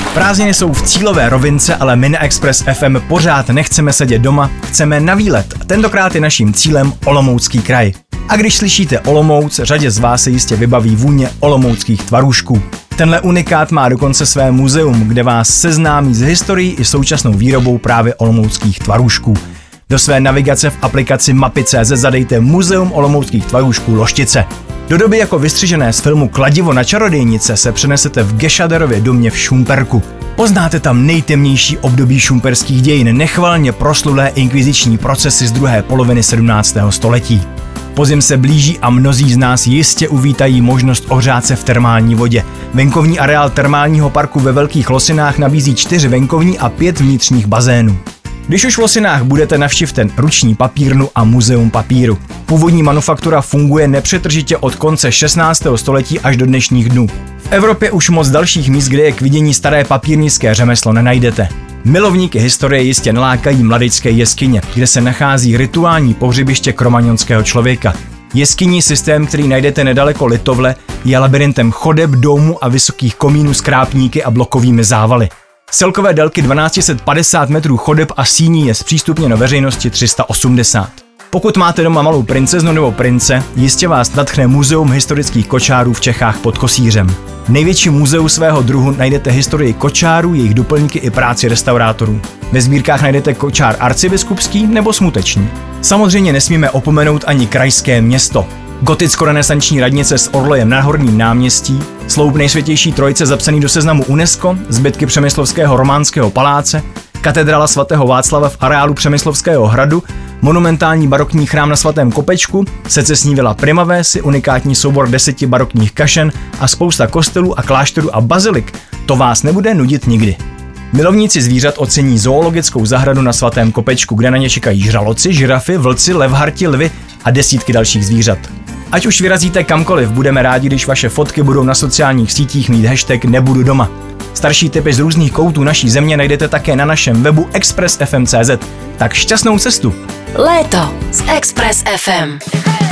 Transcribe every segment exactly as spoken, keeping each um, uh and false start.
Prázdniny jsou v cílové rovince, ale my na Express F M pořád nechceme sedět doma, chceme na výlet. Tentokrát je naším cílem Olomoucký kraj. A když slyšíte Olomouc, řadě z vás se jistě vybaví vůně olomouckých tvarůžků. Tenhle unikát má dokonce své muzeum, kde vás seznámí s historií i současnou výrobou právě olomouckých tvarůžků. Do své navigace v aplikaci mapy tečka cé zet zadejte Muzeum olomouckých tvarůžků Loštice. Do doby jako vystřižené z filmu Kladivo na čarodějnice se přenesete v Gešaderově domě v Šumperku. Poznáte tam nejtemnější období šumperských dějin, nechvalně proslulé inkviziční procesy z druhé poloviny sedmnáctého století. Podzim se blíží a mnozí z nás jistě uvítají možnost ohřát se v termální vodě. Venkovní areál termálního parku ve Velkých Losinách nabízí čtyři venkovní a pět vnitřních bazénů. Když už v Losinách budete, navštivte ruční papírnu a muzeum papíru. Původní manufaktura funguje nepřetržitě od konce šestnáctého století až do dnešních dnů. V Evropě už moc dalších míst, kde je k vidění staré papírnické řemeslo, nenajdete. Milovníky historie jistě nalákají Mladečské jeskyně, kde se nachází rituální pohřebiště kromaňonského člověka. Jeskyní systém, který najdete nedaleko Litovle, je labirintem chodeb, domů a vysokých komínů s krápníky a blokovými závaly. Z celkové délky dvanáct set padesát metrů chodeb a síní je zpřístupněno veřejnosti tři sta osmdesát. Pokud máte doma malou princeznu nebo prince, jistě vás nadchne Muzeum historických kočárů v Čechách pod Kosířem. V největším muzeu svého druhu najdete historii kočárů, jejich doplňky i práci restaurátorů. Ve sbírkách najdete kočár arcibiskupský nebo smutečný. Samozřejmě nesmíme opomenout ani krajské město. Goticko-renesanční radnice s orlojem na Horním náměstí, sloup Nejsvětější trojice zapsaný do seznamu UNESCO, zbytky Přemyslovského románského paláce, katedrála svatého Václava v areálu Přemyslovského hradu, monumentální barokní chrám na Svatém Kopečku, secesní vila Primavésy, unikátní soubor deseti barokních kašen a spousta kostelů a klášterů a bazilik, to vás nebude nudit nikdy. Milovníci zvířat ocení zoologickou zahradu na Svatém Kopečku, kde na ně čekají žraloci, žirafy, vlci, levharti, lvy a desítky dalších zvířat. Ať už vyrazíte kamkoliv, budeme rádi, když vaše fotky budou na sociálních sítích mít hashtag Nebudu doma. Starší tipy z různých koutů naší země najdete také na našem webu express f m tečka cé zet. Tak šťastnou cestu! Léto s Express F M.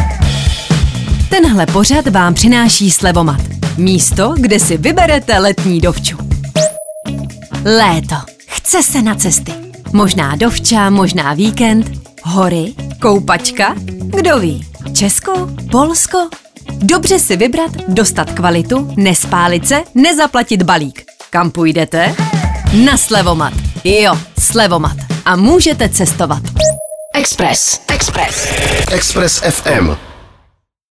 Tenhle pořad vám přináší Slevomat. Místo, kde si vyberete letní dovču. Léto. Chce se na cesty. Možná dovča, možná víkend, hory, koupačka, kdo ví. Česko, Polsko. Dobře si vybrat, dostat kvalitu, nespálit se, nezaplatit balík. Kam půjdete? Na Slevomat. Jo, Slevomat. A můžete cestovat. Express. Express. Express F M.